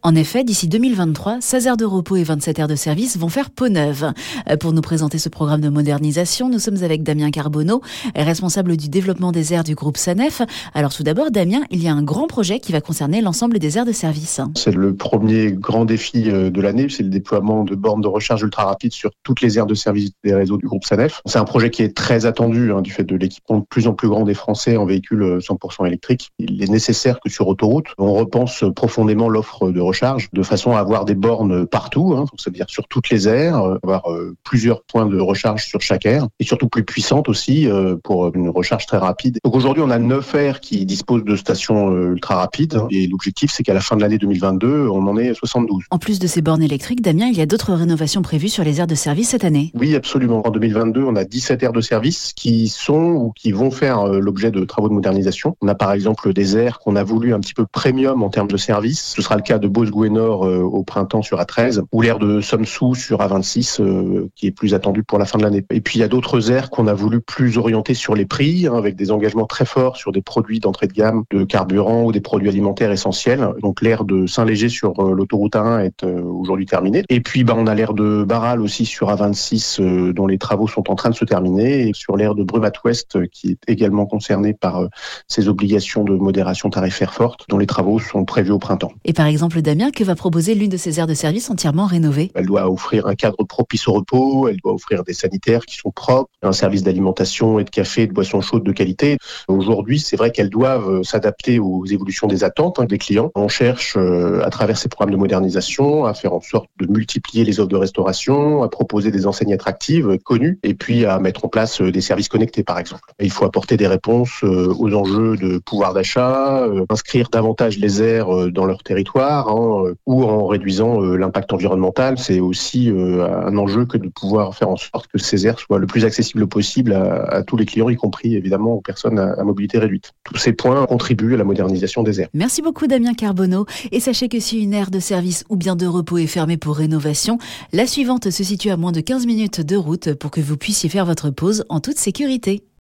En effet, d'ici 2023, 16 aires de repos et 27 aires de service vont faire peau neuve. Pour nous présenter ce programme de modernisation, nous sommes avec Damien Carbonneau, responsable du développement des aires du groupe SANEF. Alors tout d'abord, Damien, il y a un grand projet qui va concerner l'ensemble des aires de service. C'est le premier grand défi de l'année, c'est le déploiement de bornes de recharge ultra rapides sur toutes les aires de service des réseaux du groupe SANEF. C'est un projet qui est très attendu du fait de l'équipement de plus en plus grand des Français en véhicules 100% électriques. Il est nécessaire que sur autoroute, on repense profondément l'offre de recharge de façon à avoir des bornes partout, c'est-à-dire sur toutes les aires, avoir plusieurs points de recharge sur chaque aire et surtout plus puissantes aussi pour une recharge très rapide. Donc aujourd'hui, on a 9 aires qui disposent de stations ultra rapides et l'objectif, c'est qu'à la fin de l'année 2022, on en ait 72. En plus de ces bornes électriques, Damien, il y a d'autres rénovations prévues sur les aires de service cette année. Oui, absolument. En 2022, on a 17 aires de service qui sont ou qui vont faire l'objet de travaux de modernisation. On a par exemple des aires qu'on a voulu un petit peu premium en termes de service. Ce sera le cas de Bosgouet Nord au printemps sur A13 ou l'aire de Somsou sur A26 qui est plus attendue pour la fin de l'année. Et puis il y a d'autres aires qu'on a voulu plus orienter sur les prix avec des engagements très forts sur des produits d'entrée de gamme, de carburant ou des produits alimentaires essentiels. Donc l'aire de Saint-Léger sur l'autoroute A1 est aujourd'hui terminée. Et puis on a l'aire de Barral aussi sur A26 dont les travaux sont en train de se terminer et sur l'aire de Brumat-Ouest qui est également concernée par ces obligations de modération tarifaire forte dont les travaux sont prévus au printemps. Et par exemple, Damien, que va proposer l'une de ces aires de service entièrement rénovées? Elle doit offrir un cadre propice au repos, elle doit offrir des sanitaires qui sont propres, un service d'alimentation et de café et de boissons chaudes de qualité. Aujourd'hui, c'est vrai qu'elles doivent s'adapter aux évolutions des attentes des clients. On cherche, à travers ces programmes de modernisation, à faire en sorte de multiplier les offres de restauration, à proposer des enseignes attractives, connues, et puis à mettre en place des services connectés, par exemple. Il faut apporter des réponses aux enjeux de pouvoir d'achat, inscrire davantage les aires dans leur territoire, ou en réduisant l'impact environnemental. C'est aussi un enjeu que de pouvoir faire en sorte que ces aires soient le plus accessibles possible à tous les clients, y compris évidemment aux personnes à mobilité réduite. Tous ces points contribuent à la modernisation des aires. Merci beaucoup Damien Carbonneau. Et sachez que si une aire de service ou bien de repos est fermée pour rénovation, la suivante se situe à moins de 15 minutes de route pour que vous puissiez faire votre pause en toute sécurité.